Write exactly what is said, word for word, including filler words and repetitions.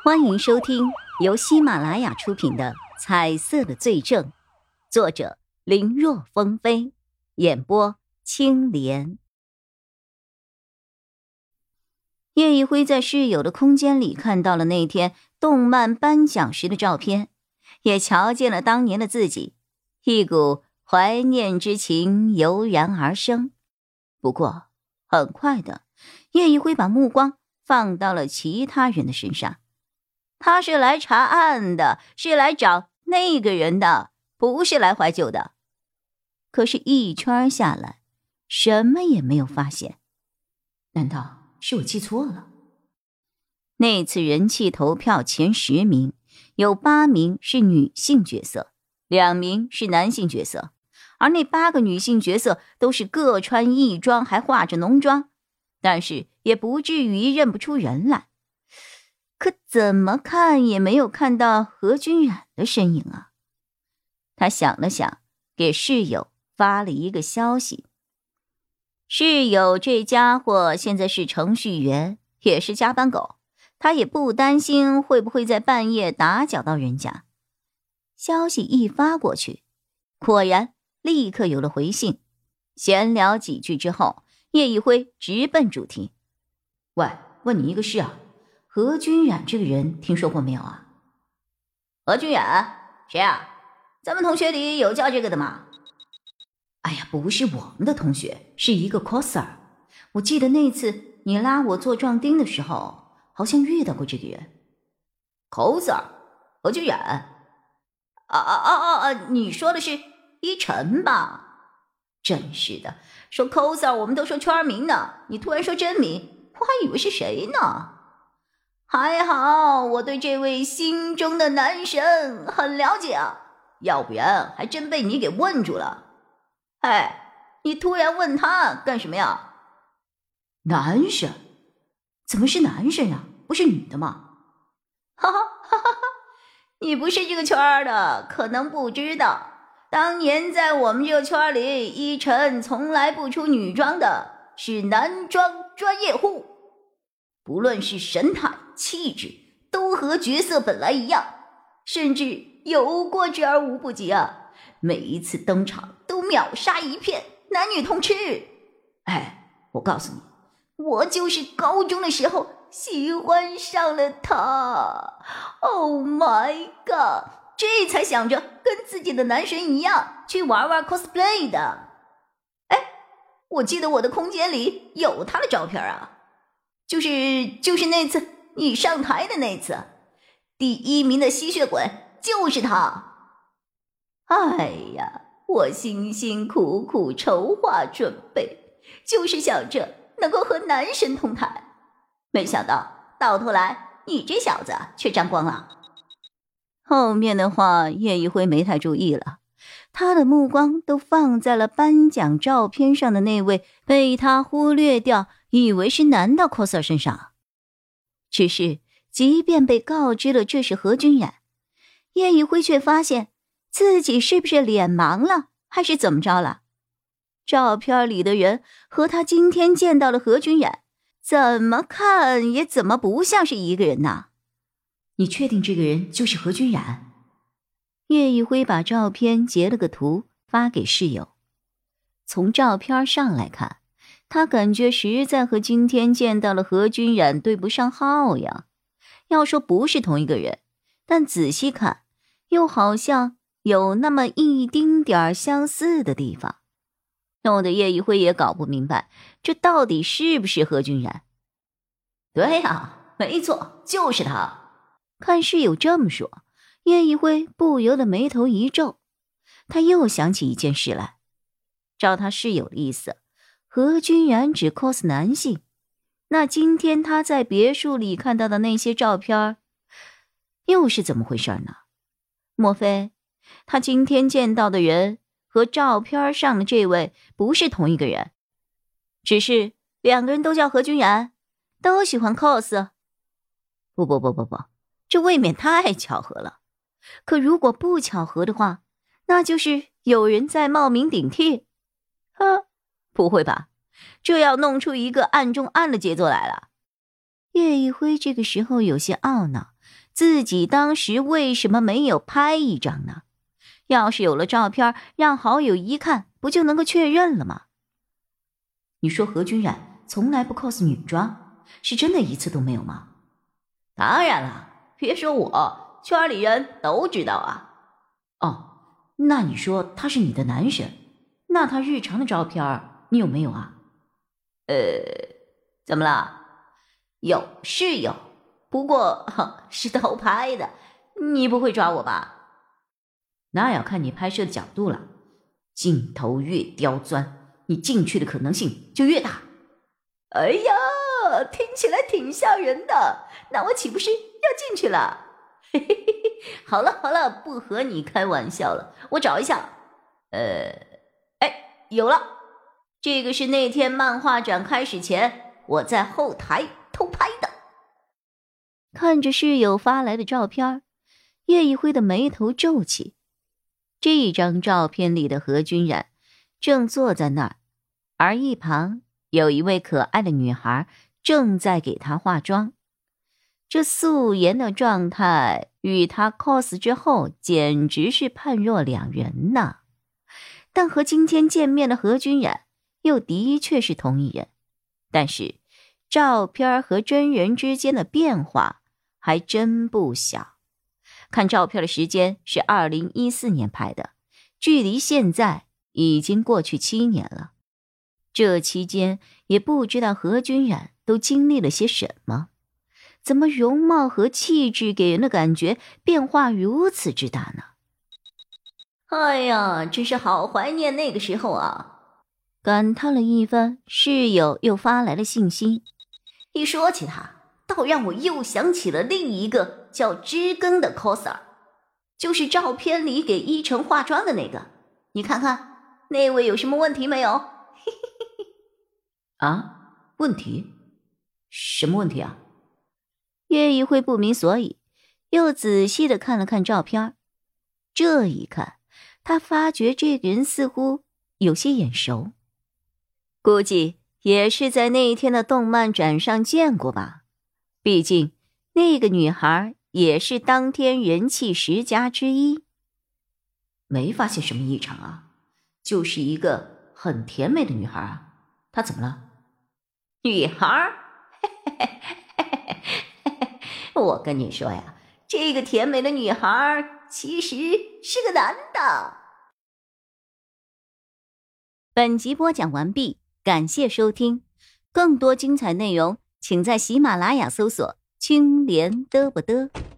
欢迎收听由喜马拉雅出品的《彩色的罪证》，作者林若风飞，演播青莲。叶一辉在室友的空间里看到了那天动漫颁奖时的照片，也瞧见了当年的自己，一股怀念之情油然而生。不过很快的，叶一辉把目光放到了其他人的身上。他是来查案的，是来找那个人的，不是来怀旧的。可是一圈下来，什么也没有发现。 难道是我记错了？ 那次人气投票前十名，有八名是女性角色，两名是男性角色，而那八个女性角色都是各穿异装，还化着浓妆，但是也不至于认不出人来。可怎么看也没有看到何君染的身影啊。他想了想，给室友发了一个消息。室友这家伙现在是程序员，也是加班狗，他也不担心会不会在半夜打搅到人家。消息一发过去，果然立刻有了回信。闲聊几句之后，叶一辉直奔主题。 喂，问你一个事啊，何君染这个人听说过没有啊？ 何君染？谁啊？咱们同学里有叫这个的吗？ 哎呀，不是我们的同学，是一个 coser。 我记得那次你拉我做壮丁的时候，好像遇到过这个人。 coser？ 何君染？啊啊啊啊啊！你说的是依晨吧？真是的，说 coser 我们都说圈名呢，你突然说真名，我还以为是谁呢。还好我对这位心中的男神很了解啊，要不然还真被你给问住了。哎，你突然问他干什么呀？ 男神？怎么是男神呀？不是女的吗？ 哈哈哈哈！你不是这个圈的，可能不知道，当年在我们这个圈里，依晨从来不出女装的，是男装专业户。不论是神态、气质，都和角色本来一样，甚至有过之而无不及啊！每一次登场都秒杀一片，男女通吃。哎，我告诉你，我就是高中的时候喜欢上了他。Oh my god！ 这才想着跟自己的男神一样去玩玩 cosplay 的。哎，我记得我的空间里有他的照片啊。就是就是那次你上台的那次，第一名的吸血鬼就是他。哎呀，我辛辛苦苦筹划准备，就是想着能够和男神同台，没想到到头来你这小子却沾光了。 后面的话叶一辉没太注意了，他的目光都放在了颁奖照片上的那位被他忽略掉以为是男的 coser 身上。只是即便被告知了这是何君染，叶一辉却发现自己是不是脸盲了，还是怎么着了？照片里的人和他今天见到的何君染，怎么看也怎么不像是一个人呢？ 你确定这个人就是何君染？ 叶一辉把照片截了个图发给室友。从照片上来看，他感觉实在和今天见到了何君染对不上号呀。要说不是同一个人，但仔细看又好像有那么一丁点相似的地方，弄得叶一辉也搞不明白这到底是不是何君染。 对呀，没错，就是他。 看室友这么说，叶一辉不由得眉头一皱。他又想起一件事来，照他室友的意思，何君染只 cos 男性，那今天他在别墅里看到的那些照片又是怎么回事呢？莫非他今天见到的人和照片上的这位不是同一个人，只是两个人都叫何君染，都喜欢 cos？ 不不不不不，这未免太巧合了。可如果不巧合的话，那就是有人在冒名顶替。呵，不会吧，这要弄出一个暗中暗的杰作来了。叶一辉这个时候有些懊恼， 自己当时为什么没有拍一张呢？要是有了照片，让好友一看，不就能够确认了吗？ 你说何君染从来不 cos 女装，是真的一次都没有吗？ 当然了，别说我，圈里人都知道啊。 哦，那你说他是你的男神，那他日常的照片你有没有啊？ 呃，怎么了？有是有，不过呵是偷拍的，你不会抓我吧？ 那要看你拍摄的角度了，镜头越刁钻，你进去的可能性就越大。 哎呀，听起来挺吓人的，那我岂不是要进去了？嘿嘿嘿，好了好了，不和你开玩笑了，我找一下。呃，哎，有了，这个是那天漫画展开始前我在后台偷拍的。 看着室友发来的照片，叶一辉的眉头皱起。这张照片里的何君染正坐在那儿，而一旁有一位可爱的女孩正在给他化妆。这素颜的状态与他 cos 之后简直是判若两人呐。但和今天见面的何君染又的确是同一人，但是照片和真人之间的变化还真不小。看照片的时间是二零一四年拍的，距离现在已经过去七年了。这期间也不知道何君染都经历了些什么，怎么容貌和气质给人的感觉变化如此之大呢？ 哎呀，真是好怀念那个时候啊！ 感叹了一番，室友又发来了信息。 一说起他，倒让我又想起了另一个叫知更的 coser， 就是照片里给依晨化妆的那个。你看看那位有什么问题没有？ 啊？问题？什么问题啊？ 叶一辉不明所以，又仔细地看了看照片。这一看，他发觉这个人似乎有些眼熟，估计也是在那一天的动漫展上见过吧。毕竟那个女孩也是当天人气十佳之一。 没发现什么异常啊，就是一个很甜美的女孩啊。她怎么了？ 女孩？我跟你说呀，这个甜美的女孩其实是个男的。 本集播讲完毕，感谢收听。更多精彩内容请在喜马拉雅搜索青莲嘚不嘚。